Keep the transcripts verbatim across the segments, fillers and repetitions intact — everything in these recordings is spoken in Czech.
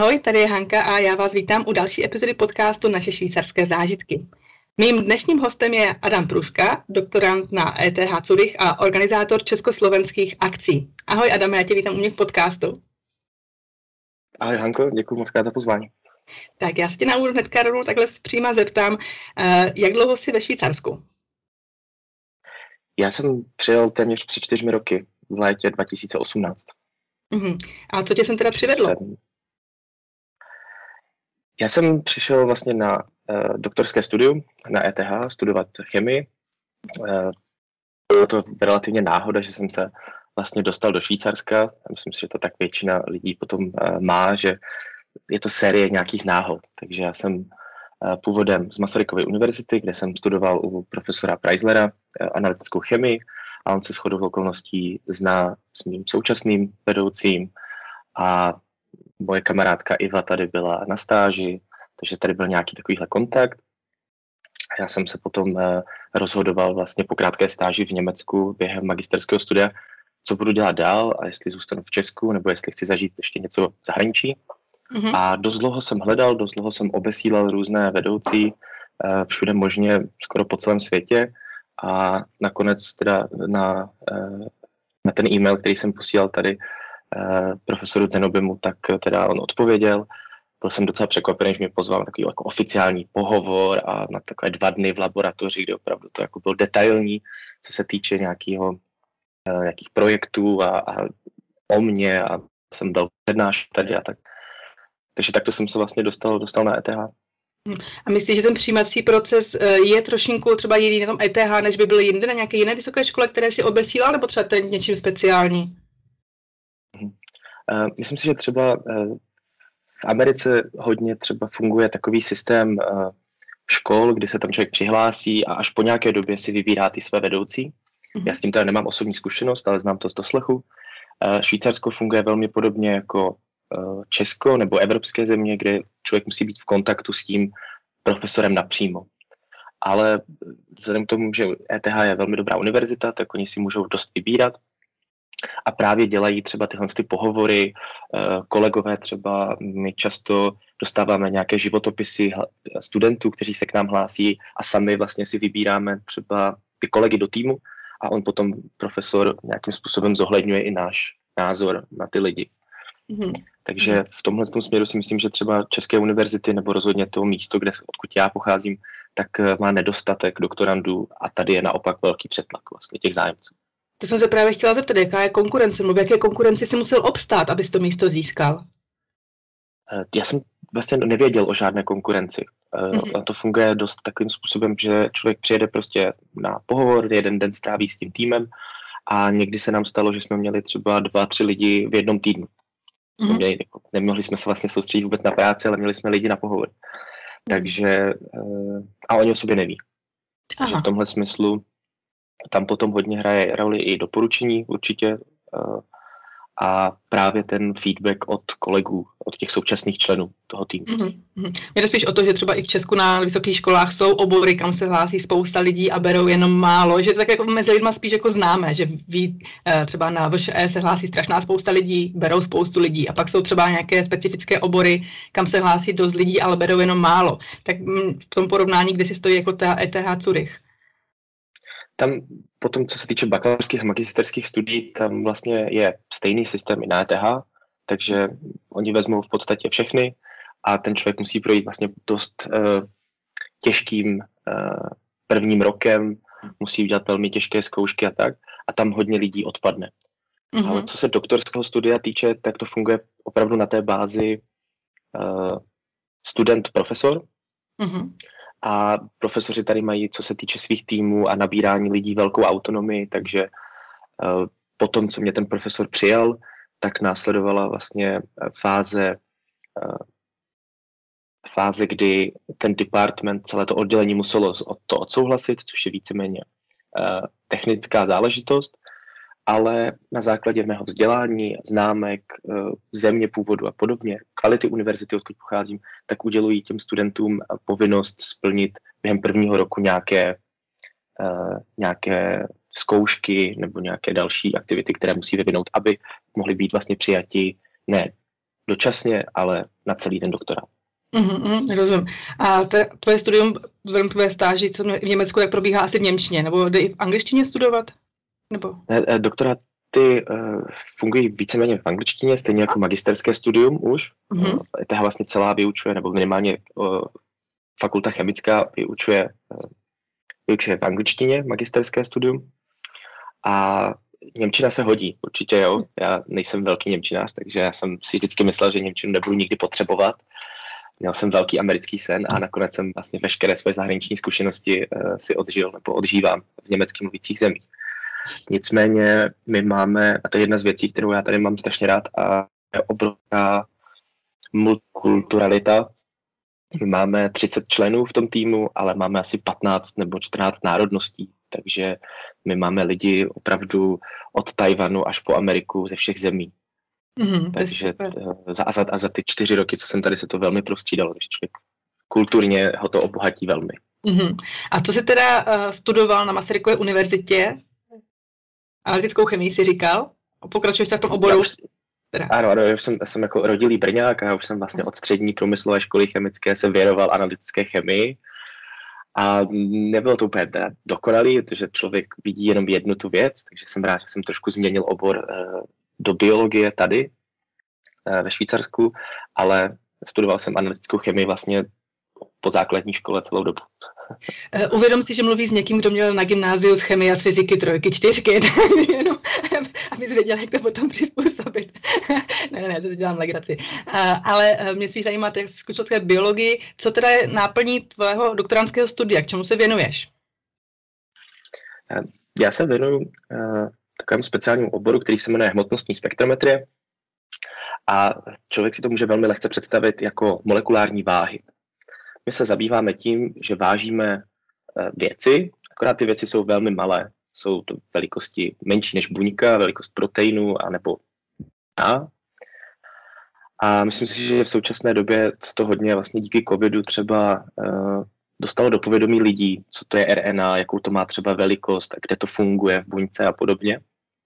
Ahoj, tady je Hanka a já vás vítám u další epizody podcastu Naše švýcarské zážitky. Mým dnešním hostem je Adam Pruška, doktorant na E T H Zurich a organizátor československých akcí. Ahoj Adame, já tě vítám u mě v podcastu. Ahoj Hanko, děkuji moc krát za pozvání. Tak já se tě na úvod hnedka rovnou takhle přímo zeptám, jak dlouho jsi ve Švýcarsku? Já jsem přijel téměř před čtyřmi roky, v létě dva tisíce osmnáct. Uhum. A co tě sem teda přivedlo? Jsem... Já jsem přišel vlastně na uh, doktorské studium na E T H studovat chemii. Uh, bylo to relativně náhoda, že jsem se vlastně dostal do Švýcarska. Myslím si, že to tak většina lidí potom uh, má, že je to série nějakých náhod. Takže já jsem uh, původem z Masarykovy univerzity, kde jsem studoval u profesora Preislera uh, analytickou chemii a on se shodou okolností zná s mým současným vedoucím a moje kamarádka Iva tady byla na stáži, takže tady byl nějaký takovýhle kontakt. A já jsem se potom uh, rozhodoval vlastně po krátké stáži v Německu během magisterského studia, co budu dělat dál a jestli zůstanu v Česku, nebo jestli chci zažít ještě něco v zahraničí. Mm-hmm. A dost dlouho jsem hledal, dost dlouho jsem obesílal různé vedoucí, uh, všude možně, skoro po celém světě. A nakonec teda na, uh, na ten e-mail, který jsem posílal tady uh, profesoru Zenobimu, tak teda on odpověděl. Byl jsem docela překvapený, že mě pozval na takový jako oficiální pohovor a na takové dva dny v laboratoři, kde opravdu to jako bylo detailní, co se týče nějakého, uh, nějakých projektů a, a o mě a jsem dal přednášky tady a tak. Takže takto jsem se vlastně dostal, dostal na E T H. A myslíš, že ten přijímací proces je trošinku třeba jiný na tom E T H, než by byl jinde na nějaké jiné vysoké škole, které si obesílal, nebo třeba to je něčím speciální? Uh, myslím si, že třeba uh, v Americe hodně třeba funguje takový systém uh, škol, kdy se tam člověk přihlásí a až po nějaké době si vybírá ty své vedoucí. Uh-huh. Já s tím teda nemám osobní zkušenost, ale znám to z doslechu. Uh, Švýcarsko funguje velmi podobně jako uh, Česko nebo evropské země, kde člověk musí být v kontaktu s tím profesorem napřímo. Ale vzhledem k tomu, že E T H je velmi dobrá univerzita, tak oni si můžou dost vybírat a právě dělají třeba tyhle ty pohovory. Kolegové třeba, my často dostáváme nějaké životopisy studentů, kteří se k nám hlásí a sami vlastně si vybíráme třeba ty kolegy do týmu a on potom profesor nějakým způsobem zohledňuje i náš názor na ty lidi. Mm-hmm. Takže v tomhle směru si myslím, že třeba české univerzity nebo rozhodně to místo, kde, odkud já pocházím, tak má nedostatek doktorandů a tady je naopak velký přetlak vlastně těch zájemců. To jsem se právě chtěla zeptat, jaká je konkurence, nebo v jaké konkurenci si musel obstát, abys to místo získal? Já jsem vlastně nevěděl o žádné konkurenci. Mm-hmm. To funguje dost takovým způsobem, že člověk přijede prostě na pohovor, jeden den stráví s tím týmem a někdy se nám stalo, že jsme měli třeba dva, tři lidi v jednom týdnu. Mm-hmm. Měli, nemohli jsme se vlastně soustředit vůbec na práci, ale měli jsme lidi na pohovor. Mm-hmm. Takže, a oni o sobě neví. Aha. Takže v tomhle smyslu tam potom hodně hraje roli i doporučení určitě a právě ten feedback od kolegů, od těch současných členů toho týmu. Mm-hmm. Mě jde spíš o to, že třeba i v Česku na vysokých školách jsou obory, kam se hlásí spousta lidí a berou jenom málo, že to tak jako mezi lidma spíš jako známe, že ví, třeba na V Š E se hlásí strašná spousta lidí, berou spoustu lidí a pak jsou třeba nějaké specifické obory, kam se hlásí dost lidí, ale berou jenom málo. Tak v tom porovnání, kde si stojí jako ta E T H Zurich? Tam potom, co se týče bakalářských a magisterských studií, tam vlastně je stejný systém i na E T H, takže oni vezmou v podstatě všechny a ten člověk musí projít vlastně dost uh, těžkým uh, prvním rokem, musí udělat velmi těžké zkoušky a tak a tam hodně lidí odpadne. Mm-hmm. Ale co se doktorského studia týče, tak to funguje opravdu na té bázi uh, student-profesor. Mm-hmm. A profesoři tady mají, co se týče svých týmů a nabírání lidí, velkou autonomii, takže uh, potom, co mě ten profesor přijal, tak následovala vlastně fáze, uh, fáze, kdy ten department, celé to oddělení muselo to odsouhlasit, což je víceméně uh, technická záležitost, ale na základě mého vzdělání, známek, země původu a podobně, kvality univerzity, odkud pocházím, tak udělují těm studentům povinnost splnit během prvního roku nějaké, uh, nějaké zkoušky nebo nějaké další aktivity, které musí vyvinout, aby mohli být vlastně přijati ne dočasně, ale na celý ten doktorát. Mm-hmm, rozumím. A te, tvoje studium, vzhledem k tvé stáži, co v Německu, jak probíhá asi v němčině, nebo jde i v angličtině studovat? Nebo? Ne, doktoráty uh, fungují víceméně v angličtině, stejně jako magisterské studium už. Mm-hmm. Uh, E T H vlastně celá vyučuje, nebo minimálně uh, fakulta chemická vyučuje, uh, vyučuje v angličtině magisterské studium. A němčina se hodí, určitě jo. Já nejsem velký němčinář, takže já jsem si vždycky myslel, že němčinu nebudu nikdy potřebovat. Měl jsem velký americký sen a nakonec jsem vlastně veškeré svoje zahraniční zkušenosti uh, si odžil nebo odžívám v německy mluvících zemích. Nicméně my máme, a to je jedna z věcí, kterou já tady mám strašně rád, a je obrovská multikulturalita. My máme třicet členů v tom týmu, ale máme asi patnáct nebo čtrnáct národností, takže my máme lidi opravdu od Tajvanu až po Ameriku ze všech zemí. Mm, takže za, a, za, a za ty čtyři roky, co jsem tady, se to velmi prostřídalo, takže člověk kulturně ho to obohatí velmi. Mm. A co jsi teda uh, studoval na Masarykově univerzitě? Analytickou chemii si říkal? Pokračuješ tak v tom oboru? Už, ano, ano, já jsem, jsem jako rodilý Brňák a já už jsem vlastně od střední průmyslové školy chemické se věnoval analytické chemii. A nebylo to úplně dokonalý, protože člověk vidí jenom jednu tu věc, takže jsem rád, že jsem trošku změnil obor uh, do biologie tady uh, ve Švýcarsku, ale studoval jsem analytickou chemii vlastně po základní škole celou dobu. Uvědom si, že mluví s někým, kdo měl na gymnáziu z chemie a z fyziky trojky, čtyřky, jenom abys věděl, jak to potom přizpůsobit. ne, ne, ne, to dělám legraci. Ale mě spíš zajímá, jak zkusil tvé biologii, co teda je náplní tvého doktorandského studia, k čemu se věnuješ? Já se věnuju uh, takovému speciálnímu oboru, který se jmenuje hmotnostní spektrometrie, a člověk si to může velmi lehce představit jako molekulární váhy. My se zabýváme tím, že vážíme věci, akorát ty věci jsou velmi malé. Jsou to velikosti menší než buňka, velikost proteinu anebo A. A myslím si, že v současné době se to hodně vlastně díky covidu třeba uh, dostalo do povědomí lidí, co to je R N A, jakou to má třeba velikost, kde to funguje v buňce a podobně.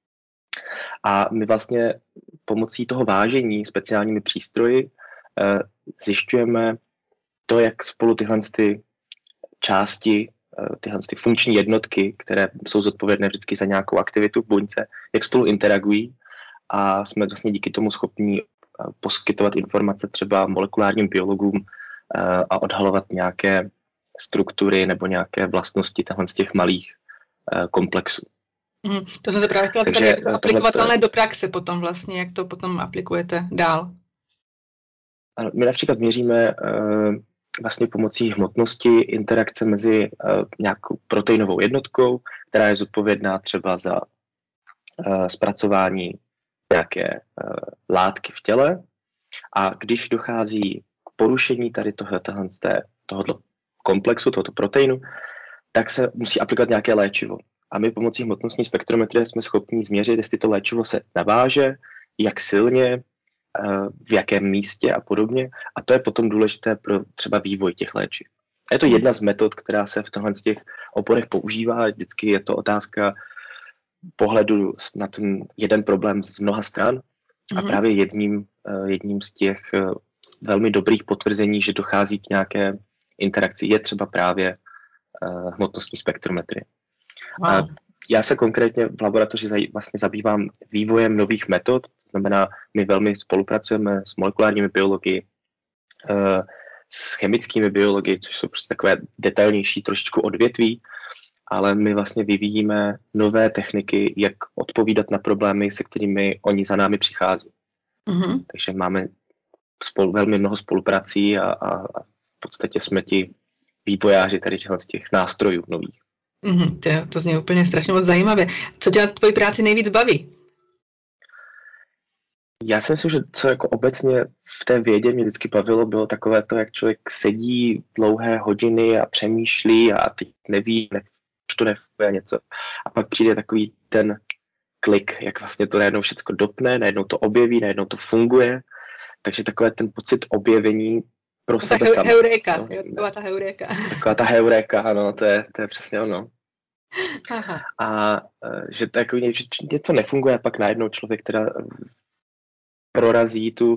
A my vlastně pomocí toho vážení speciálními přístroji uh, zjišťujeme to, jak spolu tyhle ty části, tyhle ty funkční jednotky, které jsou zodpovědné vždycky za nějakou aktivitu v buňce, jak spolu interagují, a jsme vlastně díky tomu schopni poskytovat informace třeba molekulárním biologům a odhalovat nějaké struktury nebo nějaké vlastnosti z těch malých komplexů. Mm, to jsem se právě chtěla říkat, jak to aplikovatelné do praxe potom vlastně, jak to potom aplikujete dál. My například měříme uh, vlastně pomocí hmotnosti interakce mezi uh, nějakou proteinovou jednotkou, která je zodpovědná třeba za uh, zpracování nějaké uh, látky v těle, a když dochází k porušení tady toho, tohoto komplexu, tohoto proteinu, tak se musí aplikovat nějaké léčivo. A my pomocí hmotnostní spektrometrie jsme schopni změřit, jestli to léčivo se naváže, jak silně, v jakém místě a podobně. A to je potom důležité pro třeba vývoj těch léčiv. A je to jedna z metod, která se v tomhle z těch oborech používá. Vždycky je to otázka pohledu na ten jeden problém z mnoha stran. Mm-hmm. A právě jedním, jedním z těch velmi dobrých potvrzení, že dochází k nějaké interakci, je třeba právě hmotnostní spektrometrie. Wow. Já se konkrétně v laboratoři vlastně zabývám vývojem nových metod, to znamená, my velmi spolupracujeme s molekulárními biology, s chemickými biology, což jsou prostě takové detailnější trošičku odvětví, ale my vlastně vyvíjíme nové techniky, jak odpovídat na problémy, se kterými oni za námi přichází. Mm-hmm. Takže máme spolu, velmi mnoho spoluprací a, a, a v podstatě jsme ti vývojáři tady z těch nástrojů nových. Mm, to, to zní úplně strašně moc zajímavé. Co tě na tvoji práci nejvíc baví? Já si myslím, že co jako obecně v té vědě mě vždycky bavilo, bylo takové to, jak člověk sedí dlouhé hodiny a přemýšlí a teď neví, ne, to nefunguje něco. A pak přijde takový ten klik, jak vlastně to najednou všechno dopne, najednou to objeví, najednou to funguje. Takže takové ten pocit objevení pro ta sebe he- sama. Heuréka, no. taková ta heuréka. Taková ta heuréka, ano, to je, to je přesně ono. Aha. A že takový, že něco nefunguje a pak najednou člověk teda prorazí tu,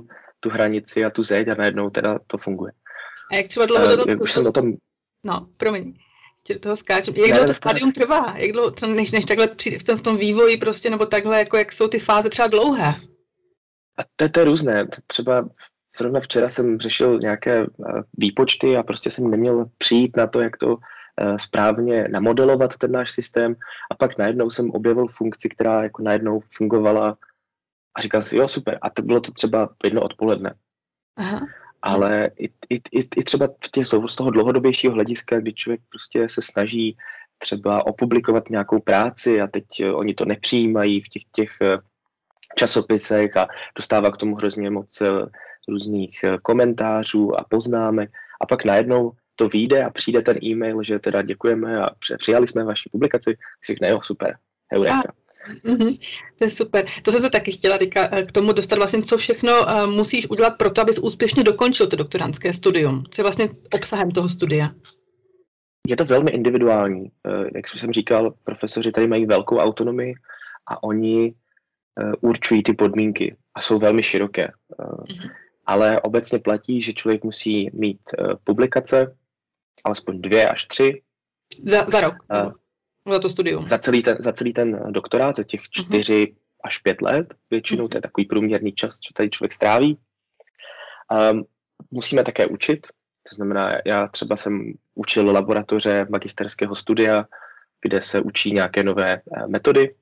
tu hranici a tu zeď a najednou teda to funguje. A jak třeba dlouho to... Uh, už jsem o tom... No, promiň, tě do toho skáčem. Jak ne, dlouho ne, to stádium trvá? Jak dlouho, než, než takhle přijde v tom, v tom vývoji prostě, nebo takhle, jako jak jsou ty fáze třeba dlouhé? A to, to je různé. Třeba zrovna včera jsem řešil nějaké výpočty a prostě jsem neměl přijít na to, jak to správně namodelovat ten náš systém a pak najednou jsem objevil funkci, která jako najednou fungovala a říkal si, jo, super. A to bylo to třeba jedno odpoledne. Aha. Ale i, i, i, i třeba v těch, z toho dlouhodobějšího hlediska, kdy člověk prostě se snaží třeba opublikovat nějakou práci a teď oni to nepřijímají v těch, těch časopisech a dostává k tomu hrozně moc různých komentářů a poznámek a pak najednou to vyjde a přijde ten e-mail, že teda děkujeme a přijali jsme vaši publikaci, si řekne, jo, super, heureka. Mm-hmm, to je super. To jsem se taky chtěla říkat, k tomu dostat vlastně, co všechno uh, musíš udělat pro to, abys úspěšně dokončil to doktorandské studium. Co je vlastně obsahem toho studia? Je to velmi individuální. Uh, jak jsem říkal, profesoři tady mají velkou autonomii a oni uh, určují ty podmínky a jsou velmi široké. Uh, mm-hmm. Ale obecně platí, že člověk musí mít uh, publikace, alespoň dvě až tři. Za, za rok? Uh, za to studium? Za celý ten, za celý ten doktorát, za těch čtyři uh-huh. až pět let většinou, uh-huh. to je takový průměrný čas, co tady člověk stráví. Um, musíme také učit, to znamená, já třeba jsem učil laboratoře magisterského studia, kde se učí nějaké nové uh, metody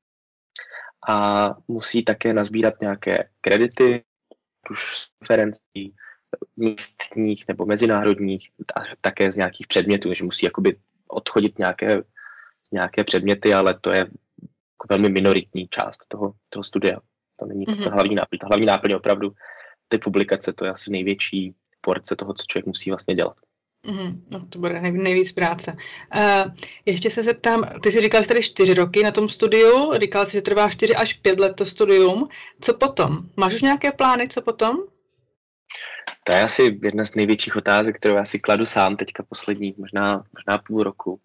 a musí také nazbírat nějaké kredity, už z konferencí místních nebo mezinárodních a také z nějakých předmětů, že musí jakoby odchodit nějaké, nějaké předměty, ale to je jako velmi minoritní část toho, toho studia. To není mm-hmm. to hlavní náplň. Ta hlavní náplň opravdu ty publikace, to je asi největší porce toho, co člověk musí vlastně dělat. Mm, no to bude nej, nejvíc práce. Uh, ještě se zeptám, ty jsi říkal, že tady čtyři roky na tom studiu, říkal jsi, že trvá čtyři až pět let to studium. Co potom? Máš už nějaké plány, co potom? To je asi jedna z největších otázek, kterou já si kladu sám teďka poslední, možná, možná půl roku.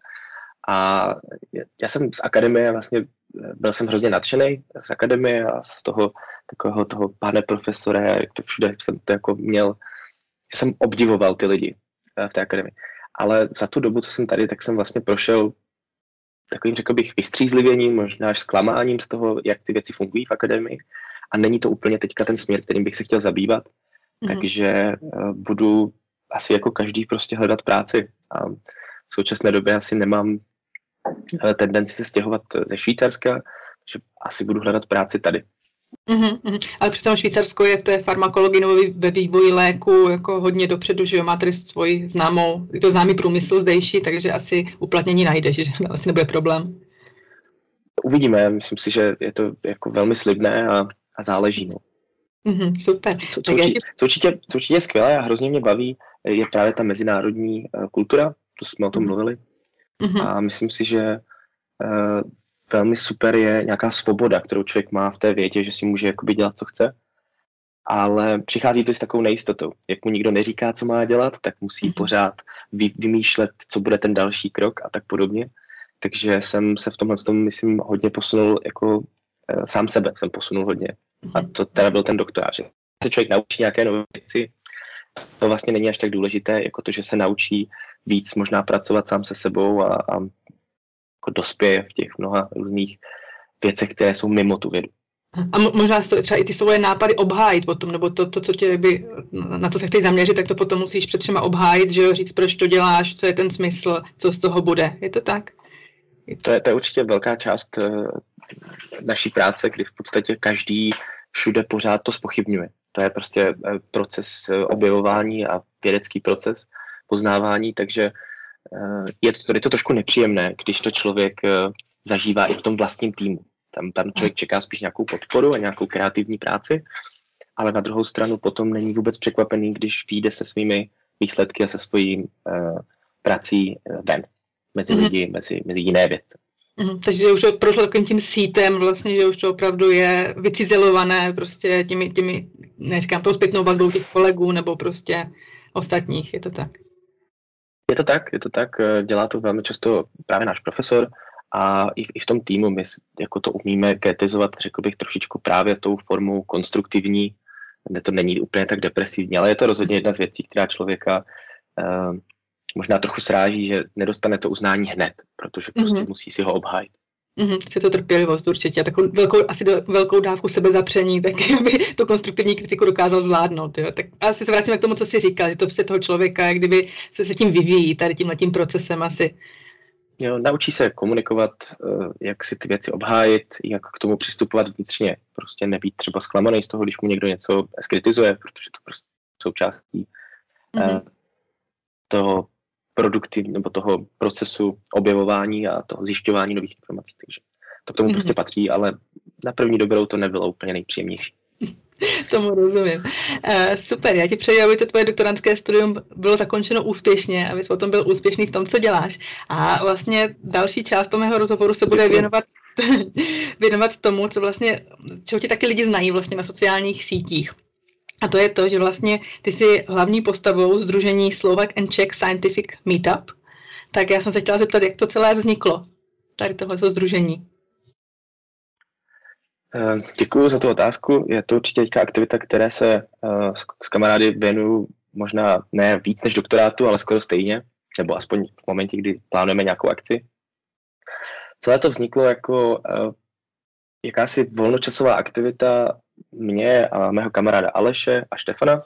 A já jsem z akademie vlastně, byl jsem hrozně nadšený z akademie a z toho takového toho pane profesora, jak to všude jsem to jako měl, že jsem obdivoval ty lidi v té akademii. Ale za tu dobu, co jsem tady, tak jsem vlastně prošel takovým, řekl bych, vystřízlivěním, možná až zklamáním z toho, jak ty věci fungují v akademii. A není to úplně teďka ten směr, kterým bych se chtěl zabývat. Mm-hmm. Takže budu asi jako každý prostě hledat práci. A v současné době asi nemám tendenci se stěhovat ze Švýcarska, že asi budu hledat práci tady. Mm-hmm. Ale přitom Švýcarsko je v té farmakologii nebo ve vývoji léku jako hodně dopředu, že jo, má tady svoji známou, je to známý průmysl zdejší, takže asi uplatnění najdeš, že asi nebude problém. Uvidíme, myslím si, že je to jako velmi slibné a, a záleží. No. Mm-hmm, super. Co, co, určitě, co, určitě, co určitě je skvělé a hrozně mě baví, je právě ta mezinárodní uh, kultura, to jsme o tom mm-hmm. mluvili. Mm-hmm. A myslím si, že uh, velmi super je nějaká svoboda, kterou člověk má v té vědě, že si může jakoby dělat, co chce. Ale přichází to s takovou nejistotou. Jak mu nikdo neříká, co má dělat, tak musí mm-hmm. pořád vy, vymýšlet, co bude ten další krok a tak podobně. Takže jsem se v tomhle tom, myslím, hodně posunul jako uh, sám sebe jsem posunul hodně. A to teda byl ten doktorát, že se člověk naučí nějaké nové věci. To vlastně není až tak důležité, jako to, že se naučí víc možná pracovat sám se sebou a, a jako dospěje v těch mnoha různých věcech, které jsou mimo tu vědu. A možná třeba i ty svoje nápady obhájit potom, nebo to, to co tě by, na to se chceš zaměřit, tak to potom musíš před všema obhájit, že jo, říct, proč to děláš, co je ten smysl, co z toho bude. Je to tak? To je, to je určitě velká část uh, naší práce, kdy v podstatě každý všude pořád to zpochybňuje. To je prostě uh, proces uh, objevování a vědecký proces poznávání, takže uh, je, to, je to trošku nepříjemné, když to člověk uh, zažívá i v tom vlastním týmu. Tam, tam člověk čeká spíš nějakou podporu a nějakou kreativní práci, ale na druhou stranu potom není vůbec překvapený, když vyjde se svými výsledky a se svojí uh, prací uh, ven. Mezi mm-hmm. lidi, mezi, mezi jiné věci. Mm, takže už to prošlo takovým tím sítem vlastně, že už to opravdu je vycizelované prostě těmi, těmi, neříkám tou zpětnou vazbou těch kolegů nebo prostě ostatních, je to tak? Je to tak, je to tak, dělá to velmi často právě náš profesor a i v, i v tom týmu my jako to umíme kritizovat, řekl bych, trošičku právě tou formou konstruktivní, ne, to není úplně tak depresivní, ale je to rozhodně jedna z věcí, která člověka uh, možná trochu sráží, že nedostane to uznání hned, protože prostě mm-hmm. musí si ho obhájit. Mm-hmm, chce to trpělivost určitě a takovou velkou, asi do, velkou dávku sebezapření, tak aby tu konstruktivní kritiku dokázal zvládnout. Jo. Tak asi se vrátíme k tomu, co jsi říkal, že to prostě toho člověka, jak kdyby se, se tím vyvíjí, tady tímhletím procesem asi. Jo, naučí se komunikovat, jak si ty věci obhájit, jak k tomu přistupovat vnitřně. Prostě nebýt třeba zklamaný z toho, když mu někdo něco skritizuje, protože to prostě součástí mm-hmm. toho produkty nebo toho procesu objevování a toho zjišťování nových informací. Takže to k tomu mm-hmm. prostě patří, ale na první dobrou to nebylo úplně nejpříjemnější. Tomu rozumím. Uh, super, já ti přeji, aby to tvoje doktorantské studium bylo zakončeno úspěšně, abys potom byl úspěšný v tom, co děláš. A vlastně další část toho mého rozhovoru se bude věnovat, věnovat tomu, co vlastně, čeho ti taky lidi znají vlastně na sociálních sítích. A to je to, že vlastně ty jsi hlavní postavou sdružení Slovak and Czech Scientific Meetup. Tak já jsem se chtěla zeptat, jak to celé vzniklo, tady tohle sdružení. Děkuji za tu otázku. Je to určitě teďka aktivita, které se uh, s, s kamarády věnuju možná ne víc než doktorátu, ale skoro stejně, nebo aspoň v momentě, kdy plánujeme nějakou akci. Celé to vzniklo jako uh, jakási volnočasová aktivita mě a mého kamaráda Aleše a Štefana.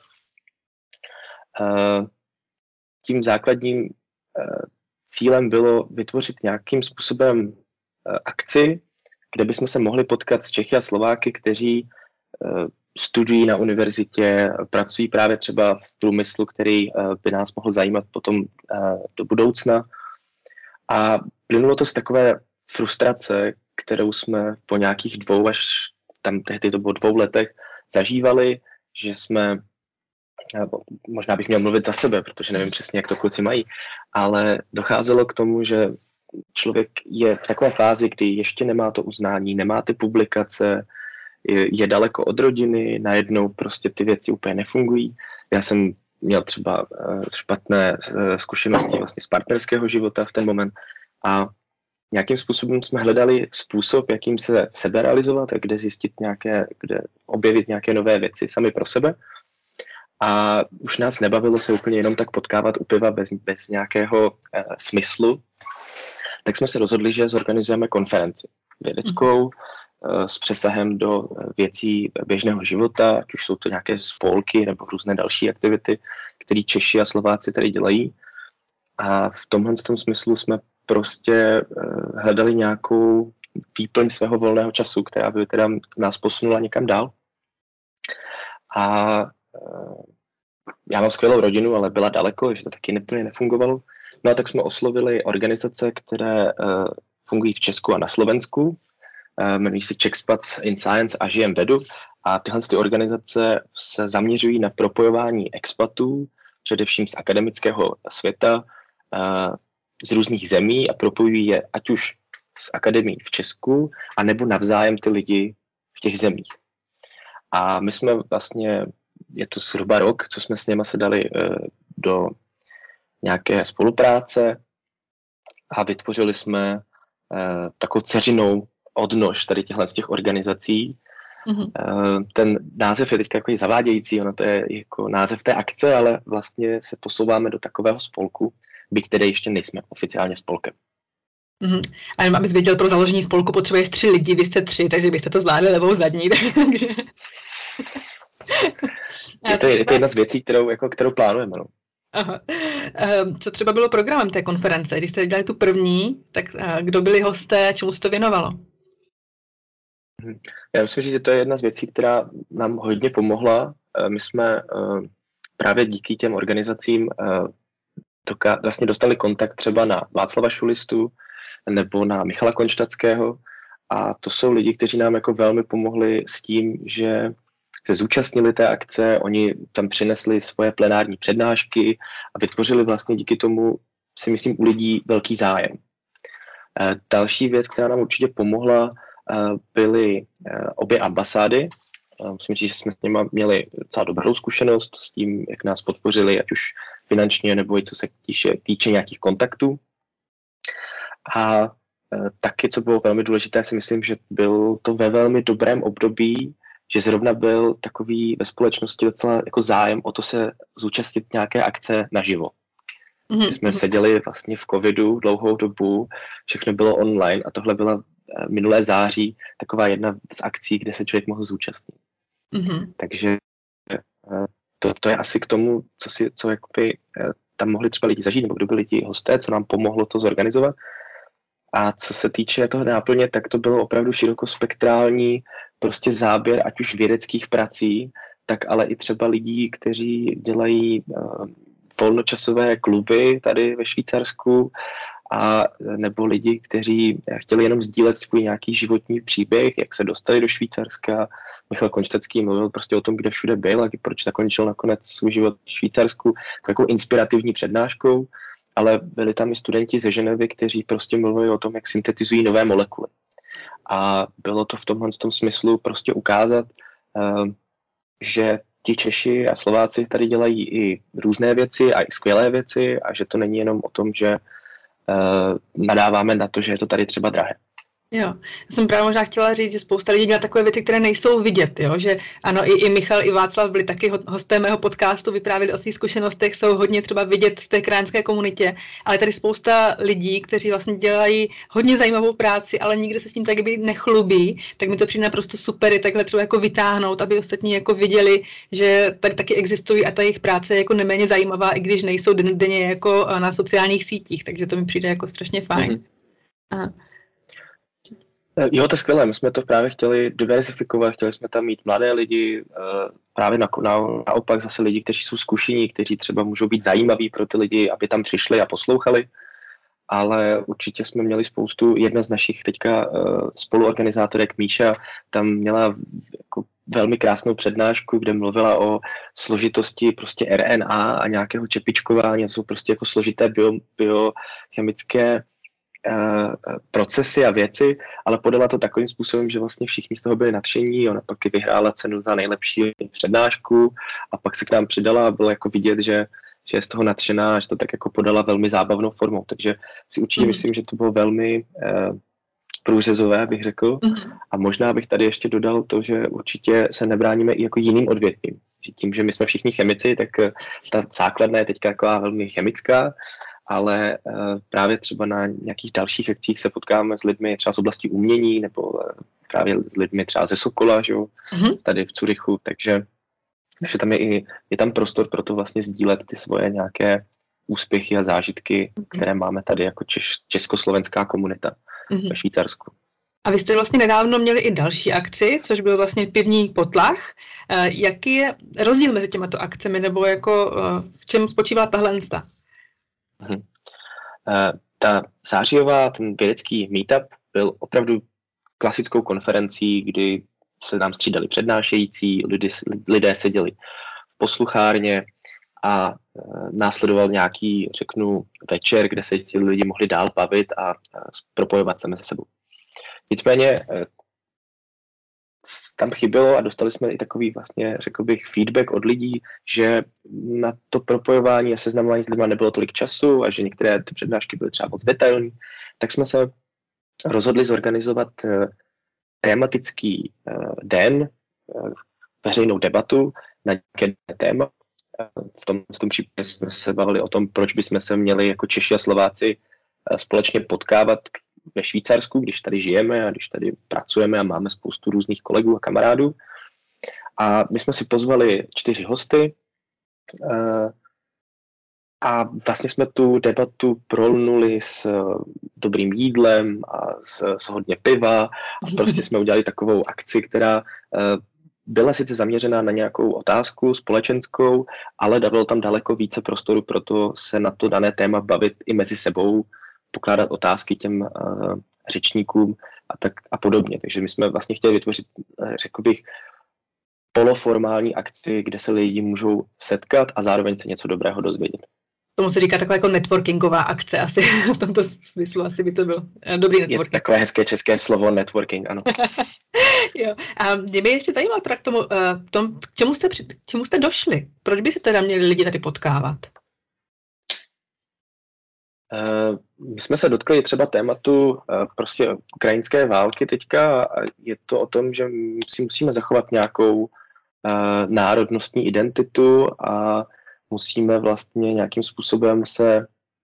Uh, tím základním uh, cílem bylo vytvořit nějakým způsobem uh, akci, kde bychom se mohli potkat s Čechy a Slováky, kteří uh, studují na univerzitě, pracují právě třeba v průmyslu, který uh, by nás mohl zajímat potom uh, do budoucna. A plynulo to z takové frustrace, kterou jsme po nějakých dvou až tam tehdy to bylo dvou letech zažívali, že jsme, možná bych měl mluvit za sebe, protože nevím přesně, jak to kluci mají, ale docházelo k tomu, že člověk je v takové fázi, kdy ještě nemá to uznání, nemá ty publikace, je, je daleko od rodiny, najednou prostě ty věci úplně nefungují. Já jsem měl třeba špatné zkušenosti vlastně z partnerského života v ten moment a nějakým způsobem jsme hledali způsob, jakým se seberealizovat a kde zjistit nějaké, kde objevit nějaké nové věci sami pro sebe. A už nás nebavilo se úplně jenom tak potkávat u piva bez, bez nějakého eh, smyslu. Tak jsme se rozhodli, že zorganizujeme konferenci vědeckou eh, s přesahem do věcí běžného života, ať už jsou to nějaké spolky nebo různé další aktivity, které Češi a Slováci tady dělají. A v tomhle tom smyslu jsme prostě uh, hledali nějakou výplň svého volného času, která by teda nás posunula někam dál. A uh, já mám skvělou rodinu, ale byla daleko, že to taky neplně nefungovalo. No a tak jsme oslovili organizace, které uh, fungují v Česku a na Slovensku. Uh, jmenují se Czechspats in Science a Žijem vedu. A tyhle ty organizace se zaměřují na propojování expatů, především z akademického světa, uh, z různých zemí a propojují je ať už s akademií v Česku, anebo navzájem ty lidi v těch zemích. A my jsme vlastně, je to zhruba rok, co jsme s něma se dali uh, do nějaké spolupráce a vytvořili jsme uh, takovou dceřinou odnož tady těchhle z těch organizací. Mm-hmm. Uh, ten název je teď takový zavádějící, ono to je jako název té akce, ale vlastně se posouváme do takového spolku, byť tedy ještě nejsme oficiálně spolkem. Mm-hmm. A jenom abys věděl, pro založení spolku potřebuješ tři lidi, vy jste tři, takže byste to zvládli levou zadní. Takže... je, to, je to jedna z věcí, kterou, jako, kterou plánujeme. No. Aha. Co třeba bylo programem té konference? Když jste dělali tu první, tak kdo byli hosté, čemu se to věnovalo? Já myslím, že to je jedna z věcí, která nám hodně pomohla. My jsme právě díky těm organizacím doka- vlastně dostali kontakt třeba na Václava Šulistu nebo na Michala Konštatského a to jsou lidi, kteří nám jako velmi pomohli s tím, že se zúčastnili té akce, oni tam přinesli svoje plenární přednášky a vytvořili vlastně díky tomu, si myslím, u lidí velký zájem. Další věc, která nám určitě pomohla, byly obě ambasády. Myslím si, že jsme s nimi měli docela dobrou zkušenost s tím, jak nás podpořili, ať už finančně, nebo i co se týče, týče nějakých kontaktů. A e, taky, co bylo velmi důležité, si myslím, že byl to ve velmi dobrém období, že zrovna byl takový ve společnosti docela jako zájem o to se zúčastnit nějaké akce naživo. Mm-hmm. Že jsme seděli vlastně v covidu dlouhou dobu, všechno bylo online a tohle byla minulé září taková jedna z akcí, kde se člověk mohl zúčastnit. Mm-hmm. Takže to, to je asi k tomu, co, si, co jakoby, tam mohli třeba lidi zažít, nebo kdo byli ti hosté, co nám pomohlo to zorganizovat. A co se týče toho náplně, tak to bylo opravdu širokospektrální prostě záběr, ať už vědeckých prací, tak ale i třeba lidí, kteří dělají uh, volnočasové kluby tady ve Švýcarsku, a nebo lidi, kteří chtěli jenom sdílet svůj nějaký životní příběh, jak se dostali do Švýcarska. Michal Konštatský mluvil prostě o tom, kde všude byl a proč zakončil nakonec svůj život v Švýcarsku takovou inspirativní přednáškou, ale byli tam i studenti ze Ženevy, kteří prostě mluvili o tom, jak syntetizují nové molekuly. A bylo to v tomhle tom smyslu prostě ukázat, že ti Češi a Slováci tady dělají i různé věci a i skvělé věci a že to není jenom o tom, že Uh, nadáváme na to, že je to tady třeba drahé. Jo, já jsem právě možná chtěla říct, že spousta lidí dělá takové věci, které nejsou vidět, jo? Že ano, i, i Michal, i Václav byli taky hosté mého podcastu, vyprávěli o svých zkušenostech, jsou hodně třeba vidět v té krajanské komunitě, ale tady spousta lidí, kteří vlastně dělají hodně zajímavou práci, ale nikde se s tím tak by nechlubí, tak mi to přijde naprosto super je takhle třeba jako vytáhnout, aby ostatní jako viděli, že tady taky existují a ta jejich práce je jako neméně zajímavá, i když nejsou denně jako na sociálních sítích, takže to mi přijde jako strašně fajn. Mm-hmm. Aha. Jo, to je skvělé. My jsme to právě chtěli diversifikovat, chtěli jsme tam mít mladé lidi, právě na, na, naopak zase lidi, kteří jsou zkušení, kteří třeba můžou být zajímaví pro ty lidi, aby tam přišli a poslouchali, ale určitě jsme měli spoustu, jedna z našich teďka spoluorganizátorek Míša, tam měla jako velmi krásnou přednášku, kde mluvila o složitosti prostě R N A a nějakého čepičkování, to jsou prostě jako složité bio, biochemické procesy a věci, ale podala to takovým způsobem, že vlastně všichni z toho byli nadšení. Ona pak i vyhrála cenu za nejlepší přednášku a pak se k nám přidala a bylo jako vidět, že, že je z toho nadšená a že to tak jako podala velmi zábavnou formou. Takže si určitě mm. myslím, že to bylo velmi eh, průřezové, bych řekl. Mm. A možná bych tady ještě dodal to, že určitě se nebráníme i jako jiným odvětvím. Že tím, že my jsme všichni chemici, tak ta základna je teďka taková velmi chemická, ale uh, právě třeba na nějakých dalších akcích se potkáme s lidmi třeba z oblasti umění nebo uh, právě s lidmi třeba ze Sokola, že jo, mm-hmm. tady v Curychu, takže, takže tam je i je tam prostor pro to vlastně sdílet ty svoje nějaké úspěchy a zážitky, mm-hmm. které máme tady jako češ, československá komunita mm-hmm. ve Švýcarsku. A vy jste vlastně nedávno měli i další akci, což byl vlastně pivní potlach. Uh, jaký je rozdíl mezi těmato akcemi, nebo jako uh, v čem spočívá tahle lista? Hmm. Ta zářijová, ten vědecký meetup byl opravdu klasickou konferencí, kdy se nám střídali přednášející, lidé, lidé seděli v posluchárně a následoval nějaký, řeknu, večer, kde se ti lidi mohli dál bavit a propojovat se mezi sebou. Nicméně tam chybělo a dostali jsme i takový vlastně, řekl bych, feedback od lidí, že na to propojování a seznamování s lidmi nebylo tolik času a že některé ty přednášky byly třeba moc detailní, tak jsme se rozhodli zorganizovat tématický den, veřejnou debatu na nějaké téma. V tom, v tom případě jsme se bavili o tom, proč bychom se měli jako Češi a Slováci společně potkávat ve Švýcarsku, když tady žijeme a když tady pracujeme a máme spoustu různých kolegů a kamarádů. A my jsme si pozvali čtyři hosty a vlastně jsme tu debatu prolnuli s dobrým jídlem a s, s hodně piva a prostě jsme udělali takovou akci, která byla sice zaměřená na nějakou otázku společenskou, ale dalo tam daleko více prostoru pro to se na to dané téma bavit i mezi sebou, pokládat otázky těm uh, řečníkům a tak a podobně. Takže my jsme vlastně chtěli vytvořit, řekl bych, poloformální akci, kde se lidi můžou setkat a zároveň se něco dobrého dozvědět. Tomu se říká taková jako networkingová akce asi, v tomto smyslu asi by to byl dobrý networking. Je takové hezké české slovo networking, ano. Jo. A mě by ještě zajímalo teda k tomu, tom, k čemu jste, k čemu jste došli? Proč by se teda měli lidi tady potkávat? My jsme se dotkli třeba tématu prostě ukrajinské války teďka a je to o tom, že si musíme zachovat nějakou národnostní identitu a musíme vlastně nějakým způsobem se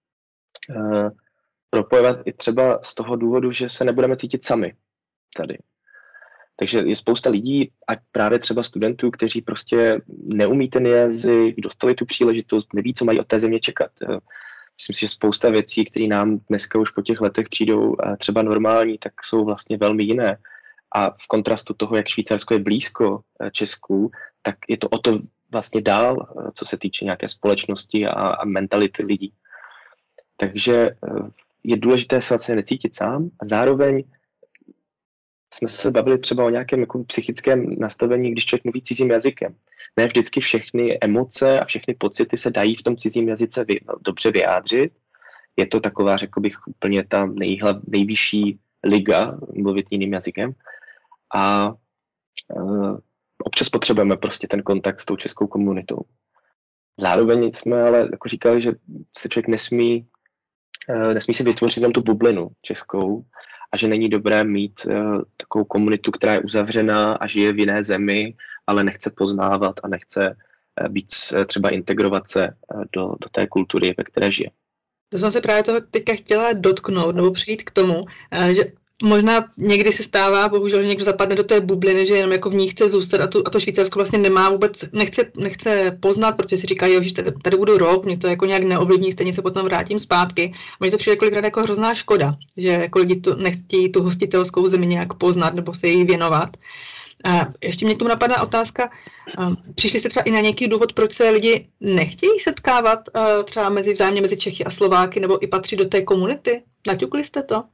propojovat i třeba z toho důvodu, že se nebudeme cítit sami tady. Takže je spousta lidí, a právě třeba studentů, kteří prostě neumí ten jazyk, dostali tu příležitost, neví, co mají od té země čekat. Myslím si, že spousta věcí, které nám dneska už po těch letech přijdou třeba normální, tak jsou vlastně velmi jiné. A v kontrastu toho, jak Švýcarsko je blízko Česku, tak je to o to vlastně dál, co se týče nějaké společnosti a, a mentality lidí. Takže je důležité se vlastně necítit sám a zároveň jsme se bavili třeba o nějakém jako psychickém nastavení, když člověk mluví cizím jazykem. Ne vždycky všechny emoce a všechny pocity se dají v tom cizím jazyce vy, dobře vyjádřit. Je to taková, řekl bych, úplně ta nejhlav, nejvyšší liga mluvit jiným jazykem. A uh, občas potřebujeme prostě ten kontakt s tou českou komunitou. Zároveň jsme ale jako říkali, že se člověk nesmí, uh, nesmí si vytvořit tam tu bublinu českou, a že není dobré mít uh, takovou komunitu, která je uzavřená a žije v jiné zemi, ale nechce poznávat a nechce uh, být uh, třeba integrovat se uh, do, do té kultury, ve které žije. To jsem se právě toho teďka chtěla dotknout, nebo přijít k tomu, uh, že možná někdy se stává, bohužel, že někdo zapadne do té bubliny, že jenom jako v ní chce zůstat a, tu, a to Švýcarsko vlastně nemá vůbec, nechce, nechce poznat, protože si říká, jo, že tady, tady budu rok, mě to jako nějak neovlivní, stejně se potom vrátím zpátky. Mně to přijde kolikrát jako hrozná škoda, že jako lidi to nechtějí tu hostitelskou zemi nějak poznat nebo se jí věnovat. A ještě mě k tomu napadá otázka, přišli jste třeba i na nějaký důvod, proč se lidi nechtějí setkávat třeba mezi vzájemně mezi Čechy a Slováky nebo i patří do té komunity? Naťukli jste to?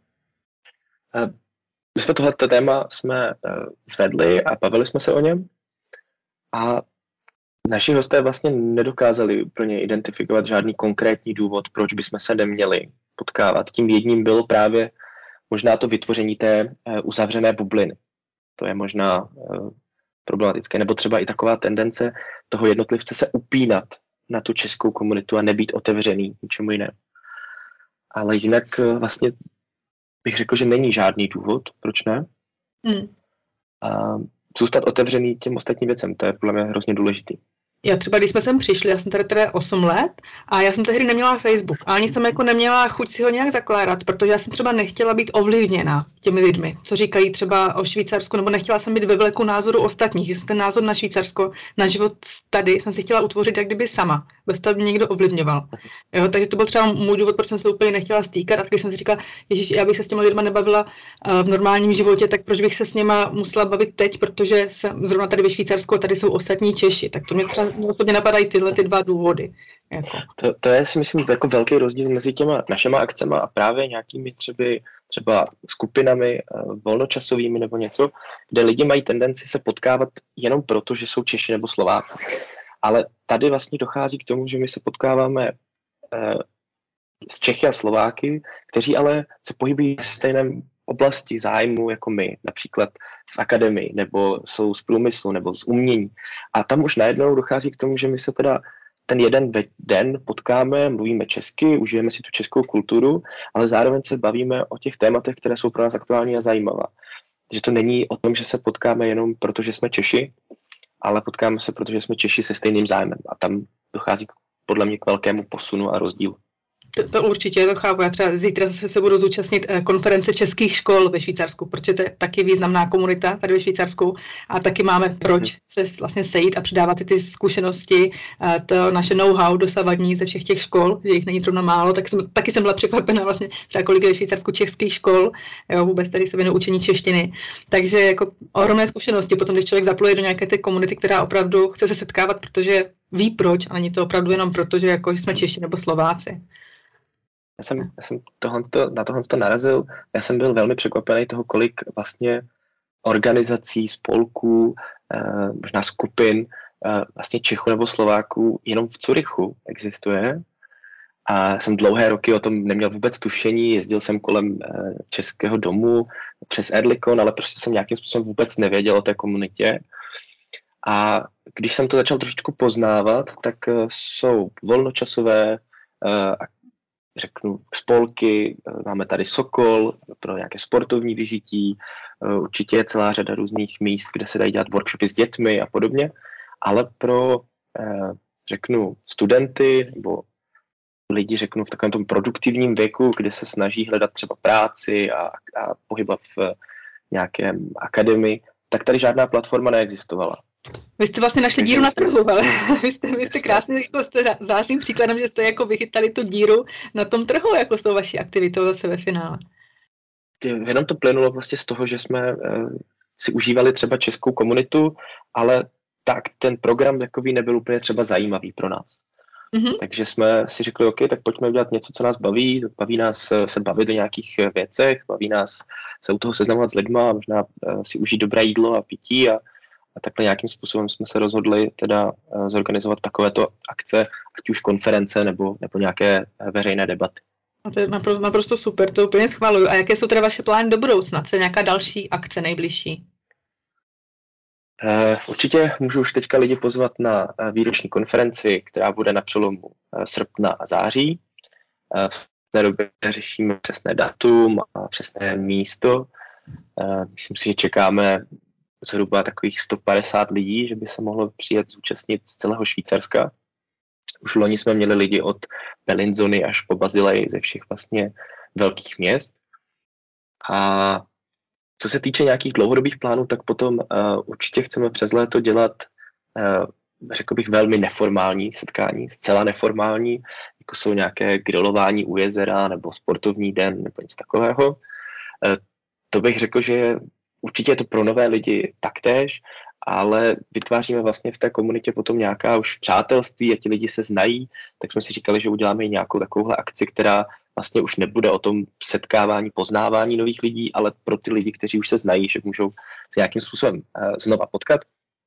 My jsme tohleto téma jsme zvedli a bavili jsme se o něm a naši hosté vlastně nedokázali úplně identifikovat žádný konkrétní důvod, proč bychom se neměli potkávat. Tím jedním bylo právě možná to vytvoření té uzavřené bubliny. To je možná problematické. Nebo třeba i taková tendence toho jednotlivce se upínat na tu českou komunitu a nebýt otevřený ničemu jinému. Ale jinak vlastně bych řekl, že není žádný důvod, proč ne. Hmm. A zůstat otevřený těm ostatním věcem, to je podle mě hrozně důležitý. Já třeba, když jsme sem přišli, já jsem tady tady osm let a já jsem tehdy neměla Facebook. A ani jsem jako neměla chuť si ho nějak zakládat, protože já jsem třeba nechtěla být ovlivněna těmi lidmi, co říkají třeba o Švýcarsku, nebo nechtěla jsem být ve vleku názoru ostatních. Že jsem ten názor na Švýcarsko, na život tady jsem si chtěla utvořit jak kdyby sama, bez toho mě někdo ovlivňoval. Jo, takže to byl třeba můj důvod, proč jsem se úplně nechtěla stýkat. A když jsem si říkala, ježiš, já bych se s těmi lidmi nebavila v normálním životě, tak proč bych se s nima musela bavit teď, protože jsem zrovna tady ve Švýcarsku a tady jsou ostatní Češi. Tak to mě třeba mě osobně napadají tyhle ty dva důvody. Jako. To, to je si myslím jako velký rozdíl mezi těma našima akcema a právě nějakými třeba, třeba skupinami volnočasovými nebo něco, kde lidi mají tendenci se potkávat jenom proto, že jsou Češi nebo Slováci. Ale tady vlastně dochází k tomu, že my se potkáváme eh, s Čechy a Slováky, kteří ale se pohybují v stejném oblasti zájmu jako my, například z akademii, nebo jsou z průmyslu, nebo z umění. A tam už najednou dochází k tomu, že my se teda ten jeden den potkáme, mluvíme česky, užijeme si tu českou kulturu, ale zároveň se bavíme o těch tématech, které jsou pro nás aktuální a zajímavá. Takže to není o tom, že se potkáme jenom proto, že jsme Češi, ale potkáme se, protože jsme Češi se stejným zájmem. A tam dochází podle mě k velkému posunu a rozdílu. To, to určitě, to chápu. Já třeba zítra zase se budu zúčastnit konference českých škol ve Švýcarsku, protože to je taky významná komunita tady ve Švýcarsku a taky máme proč se vlastně sejít a předávat ty, ty zkušenosti, to naše know-how dosavadní ze všech těch škol, že jich není zrovna málo, tak jsem, taky jsem byla překvapena vlastně třeba kolik je ve Švýcarsku českých škol, jo, vůbec tady se věnují učení češtiny. Takže jako ohromné zkušenosti potom, když člověk zapluje do nějaké té komunity, která opravdu chce se setkávat, protože ví proč, a není to opravdu jenom proto, že jako jsme Češi nebo Slováci. Já jsem, já jsem tohleto, na tohle narazil, já jsem byl velmi překvapený toho, kolik vlastně organizací, spolků, eh, možná skupin eh, vlastně Čechů nebo Slováků jenom v Curychu existuje. A jsem dlouhé roky o tom neměl vůbec tušení, jezdil jsem kolem eh, Českého domu přes Erlikon, ale prostě jsem nějakým způsobem vůbec nevěděl o té komunitě. A když jsem to začal trošičku poznávat, tak eh, jsou volnočasové eh, řeknu, spolky, máme tady Sokol pro nějaké sportovní vyžití, určitě je celá řada různých míst, kde se dají dělat workshopy s dětmi a podobně, ale pro, řeknu, studenty nebo lidi, řeknu, v takovém tom produktivním věku, kde se snaží hledat třeba práci a, a pohybovat v nějakém akademii, tak tady žádná platforma neexistovala. Vy jste vlastně našli díru na trhu, ale vy jste, vy jste krásně, jako jste zářným příkladem, že jste jako vychytali tu díru na tom trhu, jako s tou vaší aktivitou zase ve finále. Jenom to plynulo vlastně z toho, že jsme uh, si užívali třeba českou komunitu, ale tak ten program takový nebyl úplně třeba zajímavý pro nás. Mm-hmm. Takže jsme si řekli, OK, tak pojďme udělat něco, co nás baví. Baví nás se bavit o nějakých věcech, baví nás se u toho seznamovat s lidma, možná uh, si užít dobré jídlo a pití a A takhle nějakým způsobem jsme se rozhodli teda zorganizovat takovéto akce, ať už konference nebo, nebo nějaké veřejné debaty. A to je naprosto, naprosto super, to úplně schvaluju. A jaké jsou teda vaše plány do budoucna? Co je nějaká další akce nejbližší? Uh, určitě můžu už teďka lidi pozvat na výroční konferenci, která bude na přelomu srpna a září. Uh, v té době řešíme přesné datum a přesné místo. Uh, myslím si, že čekáme zhruba takových sto padesát lidí, že by se mohlo přijet zúčastnit z celého Švýcarska. Už loni jsme měli lidi od Bellinzony až po Basileji ze všech vlastně velkých měst. A co se týče nějakých dlouhodobých plánů, tak potom uh, určitě chceme přes léto dělat, uh, řekl bych, velmi neformální setkání, zcela neformální, jako jsou nějaké grilování u jezera nebo sportovní den nebo něco takového. Uh, to bych řekl, že určitě je to pro nové lidi taktéž, ale vytváříme vlastně v té komunitě potom nějaká už přátelství a ti lidi se znají, tak jsme si říkali, že uděláme i nějakou takovouhle akci, která vlastně už nebude o tom setkávání, poznávání nových lidí, ale pro ty lidi, kteří už se znají, že můžou se nějakým způsobem uh, znova potkat.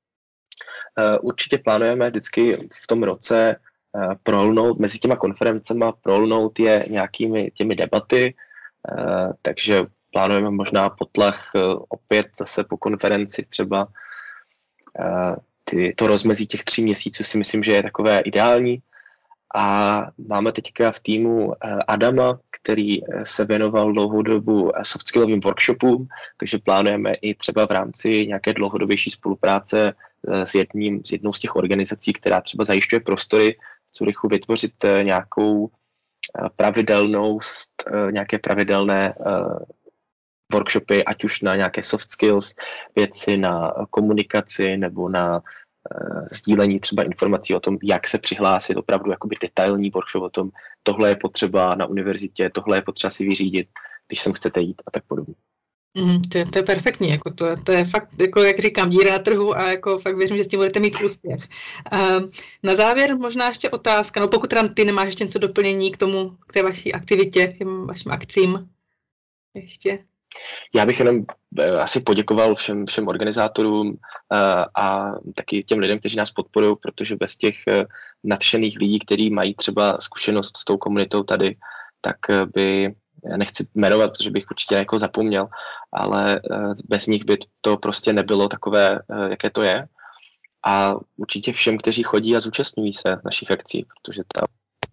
Uh, určitě plánujeme vždycky v tom roce uh, prolnout mezi těma konferencema, prolnout je nějakými těmi debaty, uh, takže plánujeme možná potlach opět zase po konferenci třeba. Ty, to rozmezí těch tří měsíců si myslím, že je takové ideální. A máme teďka v týmu Adama, který se věnoval dlouhou dobu softskillovým workshopům, takže plánujeme i třeba v rámci nějaké dlouhodobější spolupráce s, jedním, s jednou z těch organizací, která třeba zajišťuje prostory v Curychu, vytvořit nějakou pravidelnost, nějaké pravidelné workshopy, ať už na nějaké soft skills, věci na komunikaci nebo na uh, sdílení třeba informací o tom, jak se přihlásit, opravdu jakoby detailní workshop o tom, tohle je potřeba na univerzitě, tohle je potřeba si vyřídit, když sem chcete jít a tak podobně. Mm, to, je, to je perfektní, jako to, to je fakt, jako jak říkám, díra na trhu a jako fakt věřím, že s tím budete mít úspěch. Uh, na závěr možná ještě otázka, no pokud tam ty nemáš ještě něco doplnění k tomu, k té vaší aktivitě, k těm vašim akcím, ještě. Já bych jenom asi poděkoval všem, všem organizátorům a taky těm lidem, kteří nás podporují, protože bez těch nadšených lidí, kteří mají třeba zkušenost s tou komunitou tady, tak by, nechci jmenovat, protože bych určitě jako zapomněl, ale bez nich by to prostě nebylo takové, jaké to je. A určitě všem, kteří chodí a zúčastňují se našich akcí, protože ta,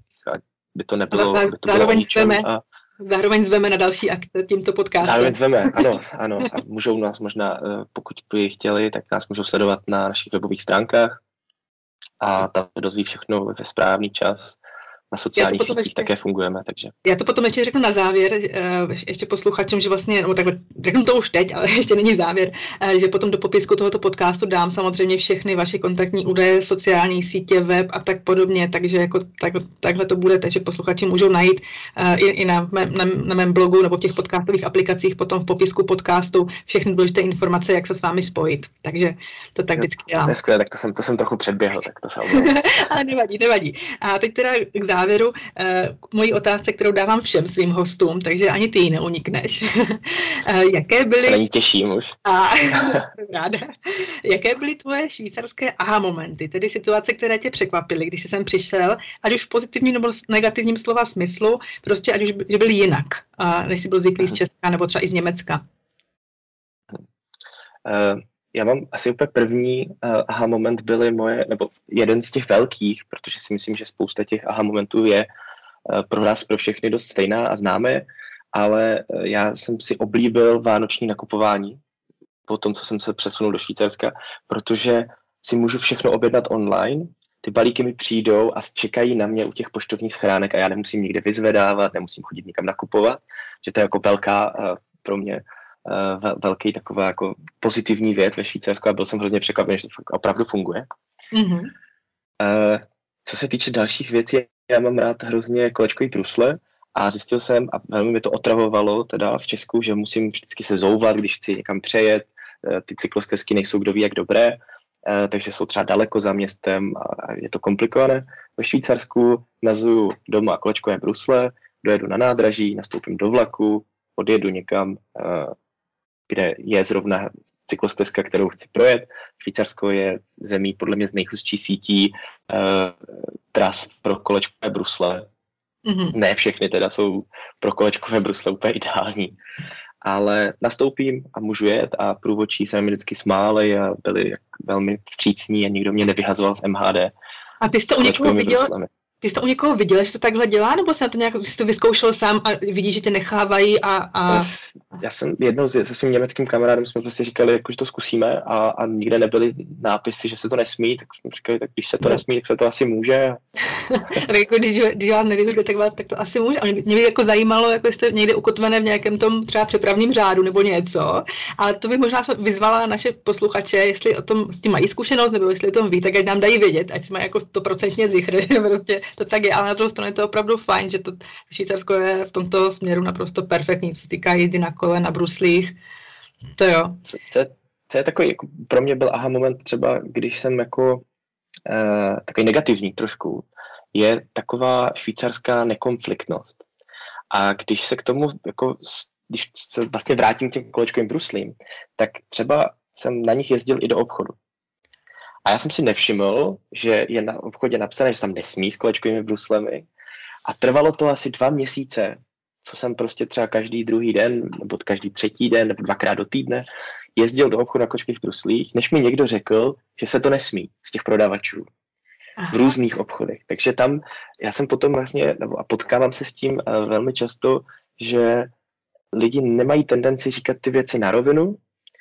by to nebylo, by to bylo o ničem. A zároveň zveme na další akce tímto podcastem. Zároveň zveme, ano, ano. A můžou nás možná, pokud by chtěli, tak nás můžou sledovat na našich webových stránkách a tam se dozví všechno ve správný čas. Na sociálních sítích ještě, také fungujeme, takže. Já to potom ještě řeknu na závěr, ještě posluchačům, že vlastně, no takhle, řeknu to už teď, ale ještě není závěr, že potom do popisku tohoto podcastu dám samozřejmě všechny vaše kontaktní údaje, sociální sítě, web a tak podobně, takže jako tak, takhle to bude, takže posluchači můžou najít i, i na, mém, na, na mém blogu nebo v těch podcastových aplikacích potom v popisku podcastu všechny důležité informace, jak se s vámi spojit. Takže to tak vždycky dělám. To je skvělé, tak to jsem, to jsem trochu předběhl, tak to se ale nevadí, nevadí. A teď teda k závěru k mojí otázce, kterou dávám všem svým hostům, takže ani ty ji neunikneš. Jaké byly... Se na ní těším už. A, ráda. Jaké byly tvoje švýcarské aha momenty, tedy situace, které tě překvapily, když jsi sem přišel, ať už v pozitivním nebo negativním slova smyslu, prostě ať už že byly jinak, než jsi byl zvyklý z Česka nebo třeba i z Německa? Uh... Já mám asi úplně první uh, aha moment byly moje, nebo jeden z těch velkých, protože si myslím, že spousta těch aha momentů je pro nás, pro všechny dost stejná a známe, ale já jsem si oblíbil vánoční nakupování po tom, co jsem se přesunul do Švýcarska, protože si můžu všechno objednat online, ty balíky mi přijdou a čekají na mě u těch poštovních schránek a já nemusím nikde vyzvedávat, nemusím chodit nikam nakupovat, že to je jako velká pro mě velký taková jako pozitivní věc ve Švýcarsku a byl jsem hrozně překvapený, že to opravdu funguje. Mm-hmm. Co se týče dalších věcí, já mám rád hrozně kolečkový brusle a zjistil jsem, a velmi mi to otravovalo teda v Česku, že musím vždycky se zouvat, když chci někam přejet, ty cyklostezky nejsou kdo ví jak dobré, takže jsou třeba daleko za městem a je to komplikované. Ve Švýcarsku nazuju doma kolečkové brusle, dojedu na nádraží, nastoupím do vlaku, odjedu někam, kde je zrovna cyklostezka, kterou chci projet. Švýcarsko je zemí podle mě z nejhustší sítí tras pro kolečkové brusle. Mm-hmm. Ne všechny teda jsou pro kolečkové brusle úplně ideální. Ale nastoupím a můžu jet a průvodčí se mi vždycky smáli a byli velmi vstřícní a nikdo mě nevyhazoval z M H D. A ty jsi to u někoho viděl, ty jsi to u někoho viděl, že to takhle dělá, nebo jsi na to nějak, jsi to vyzkoušel sám a vidíš, že tě nechávají a... a... Já jsem jednou se svým německým kamarádem jsme prostě říkali, jako, že to zkusíme a, a nikde nebyly nápisy, že se to nesmí, tak jsme říkali, tak když se to nesmí, tak se to asi může. Tak jako, když, když vás nevyhodili, tak, tak to asi může. A mě, mě by jako zajímalo, jako jste někde ukotvené v nějakém tom třeba přepravním řádu nebo něco, ale to by možná vyzvala naše posluchače, jestli o tom s tím mají zkušenost, nebo jestli o tom ví, tak ať nám dají vědět, ať jsme jako stoprocentně zichr, že prostě to tak je, ale na druhou stranu je to opravdu fajn, že to Švýcarsko je v tomto směru naprosto perfektní, co se týká jízdy na kole, na bruslích, to jo. Co, co, co je takový, jako pro mě byl aha moment třeba, když jsem jako eh, takový negativní trošku, je taková švýcarská nekonfliktnost. A když se k tomu, jako, když se vlastně vrátím k těm kolečkovým bruslím, tak třeba jsem na nich jezdil i do obchodu. A já jsem si nevšiml, že je na obchodě napsané, že se tam nesmí s kolečkovými bruslemi. A trvalo to asi dva měsíce, co jsem prostě třeba každý druhý den, nebo každý třetí den, nebo dvakrát do týdne jezdil do obchodu na kolečkových bruslích, než mi někdo řekl, že se to nesmí z těch prodavačů. Aha. V různých obchodech. Takže tam já jsem potom vlastně, nebo a potkávám se s tím uh, velmi často, že lidi nemají tendenci říkat ty věci na rovinu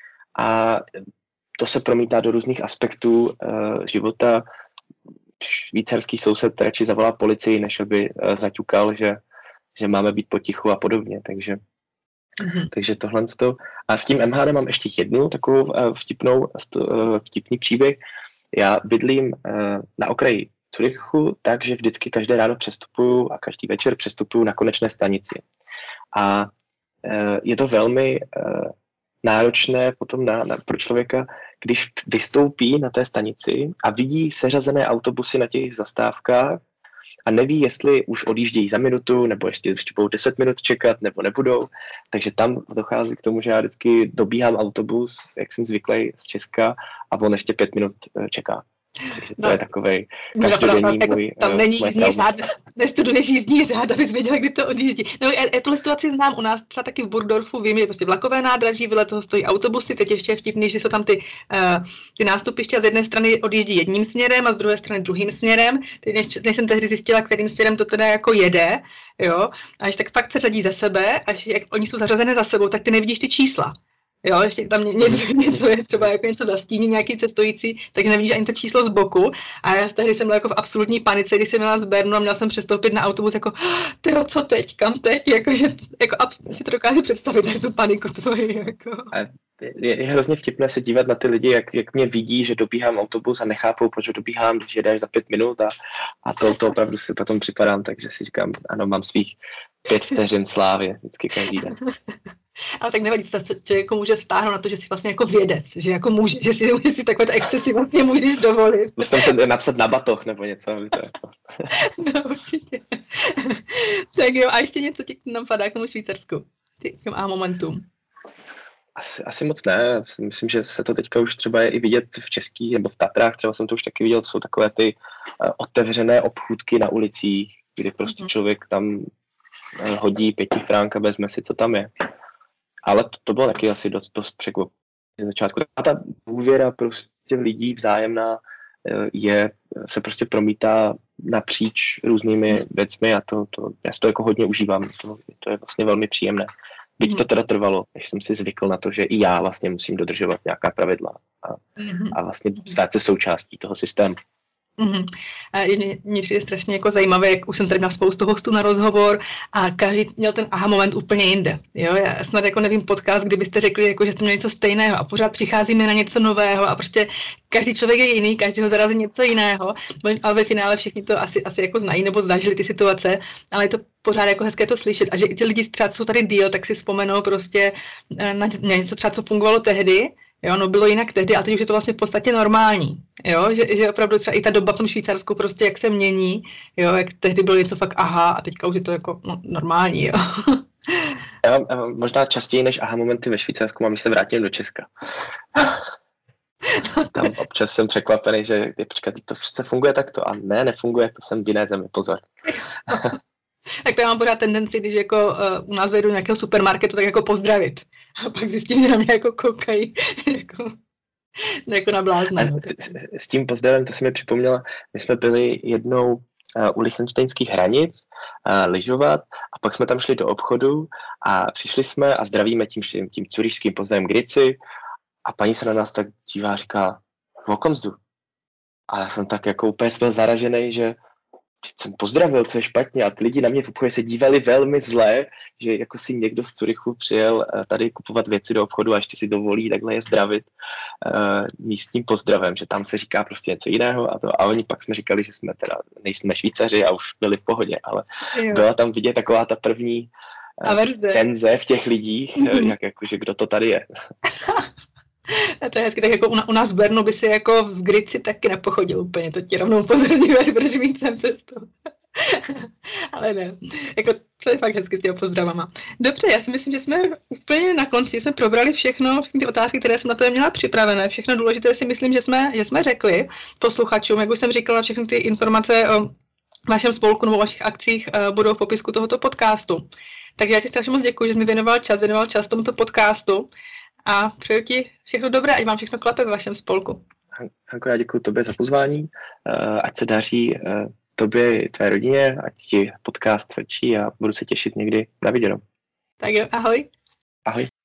a to se promítá do různých aspektů uh, života. Švýcarský soused radši zavolá policii, než aby uh, zaťukal, že, že máme být potichu a podobně. Takže, mm-hmm. takže tohle to. A s tím M H D mám ještě jednu takovou uh, vtipnou, uh, vtipný příběh. Já bydlím uh, na okraji Curychu, takže vždycky každé ráno přestupuju a každý večer přestupuju na konečné stanici. A uh, je to velmi uh, náročné potom na, na, pro člověka, když vystoupí na té stanici a vidí seřazené autobusy na těch zastávkách a neví, jestli už odjíždějí za minutu, nebo ještě, ještě budou deset minut čekat, nebo nebudou. Takže tam dochází k tomu, že já vždycky dobíhám autobus, jak jsem zvyklý z Česka, a on ještě pět minut čeká. Takže to no, je takovej každodenní jako, můj tam není jízdní řád, nestuduješ jízdní řád, abys věděla, kdy to odjíždí. No, já, já tuhle situaci znám u nás, třeba taky v Burgdorfu, vím, že prostě vlakové nádraží, vedle toho stojí autobusy, teď ještě vtipný, že jsou tam ty, uh, ty nástupiště a z jedné strany odjíždí jedním směrem a z druhé strany druhým směrem. Teď než, než jsem tehdy zjistila, kterým směrem to teda jako jede, jo, a až tak fakt se řadí za sebe, až jak oni jsou zařazené za sebou, tak ty nevidíš ty čísla. Jo, ještě tam něco, něco je třeba jako něco zastíní, nějaký cestující, takže nevidíš ani to číslo z boku. A já tehdy jsem byla jako v absolutní panice, když jsem měla z Bernu a měla jsem přestoupit na autobus jako, tyjo, co teď, kam teď, jakože, jako a si to dokážu představit, jak tu paniku tvoji, jako. Je, je hrozně vtipné se dívat na ty lidi, jak, jak mě vidí, že dobíhám autobus a nechápou, proč dobíhám, když jedeš za pět minut a, a to, to opravdu si potom připadám, takže si říkám, ano, mám svých pět vteřin slávy vždycky každý den. Ale tak nevadí, se člověku může stáhnout na to, že jsi vlastně jako vědec, že jako může, že si, že si takové excesy vlastně můžeš dovolit. Musím se napsat na batoh nebo něco. No určitě. Tak jo, a ještě něco tě nám padá k tomu Švýcarsku, k těm a momentům. Asi, asi moc ne, myslím, že se to teďka už třeba je i vidět v českých nebo v Tatrách, třeba jsem to už taky viděl, to jsou takové ty uh, otevřené obchůdky na ulicích, kdy prostě mm-hmm. člověk tam uh, hodí pěti fránka, vezme si, co tam je. Ale to, to bylo taky asi dost, dost překvapení z začátku. A ta důvěra prostě lidí vzájemná je, se prostě promítá napříč různými věcmi a to, to, já si to jako hodně užívám. To, to je vlastně velmi příjemné. Byť to teda trvalo, než jsem si zvykl na to, že i já vlastně musím dodržovat nějaká pravidla a, a vlastně stát se součástí toho systému. Mm-hmm. Mně přijde strašně jako zajímavé, jak už jsem tady měla spoustu hostů na rozhovor a každý měl ten aha moment úplně jinde. Jo? Já snad jako nevím podcast, kdybyste řekli, jako, že jste měli něco stejného a pořád přicházíme na něco nového a prostě každý člověk je jiný, každého zarazí něco jiného, ale ve finále všichni to asi, asi jako znají nebo zažili ty situace, ale je to pořád jako hezké to slyšet a že i ty lidi třeba, co jsou tady díl, tak si vzpomenou prostě na něco třeba, co fungovalo tehdy. Jo, no bylo jinak tehdy a teď už je to vlastně v podstatě normální, jo, že, že opravdu třeba i ta doba v tom Švýcarsku prostě jak se mění, jo, jak tehdy bylo něco fakt aha a teďka už je to jako no, normální, jo. Já mám možná častěji než aha momenty ve Švýcarsku mám, když se vrátím do Česka. Tam občas jsem překvapený, že počkat, to všechno funguje takto a ne, nefunguje, to jsem v jiné zemi, pozor. Tak to já mám pořád tendenci, když jako uh, u nás vejdu nějakého supermarketu, tak jako pozdravit. A pak zjistím, že na mě jako koukají jako, jako na blázna. No. S, s tím pozdravem, to se mi připomněla, my jsme byli jednou uh, u lichtenštejnských hranic uh, lyžovat a pak jsme tam šli do obchodu a přišli jsme a zdravíme tím, tím curyšským pozdravem Grici a paní se na nás tak dívá a říká, vokomzdu. A já jsem tak jako úplně byl zaražený, že jsem pozdravil, co je špatně a ty lidi na mě v obchodě se dívali velmi zle, že jako si někdo z Curychu přijel tady kupovat věci do obchodu a ještě si dovolí takhle je zdravit uh, místním pozdravem, že tam se říká prostě něco jiného a to a oni pak jsme říkali, že jsme teda nejsme Švýcaři a už byli v pohodě, ale jo. Byla tam vidět taková ta první uh, tenze v těch lidích, mm-hmm. jak jakože kdo to tady je. A to je hezky, tak jako u, u nás v Bernu by si jako z Grici taky nepochodil úplně, to ti rovnou upozorňuji, až budeš mít sem cestu. Ale ne, jako to je fakt hezky s těma pozdravama. Dobře, já si myslím, že jsme úplně na konci, jsme probrali všechno, všechny ty otázky, které jsem na to měla připravené, všechno důležité si myslím, že jsme, že jsme řekli posluchačům, jak už jsem říkala, všechny ty informace o vašem spolku nebo vašich akcích uh, budou v popisku tohoto podcastu. Tak já ti strašně moc děkuji, že jsi mi věnoval čas, věnoval čas tomuto podcastu. A přeju ti všechno dobré, ať vám všechno klape ve vašem spolku. Hanko, já děkuji tobě za pozvání, ať se daří tobě i tvé rodině, ať ti podcast frčí a budu se těšit někdy na viděnou. Tak jo, ahoj. Ahoj.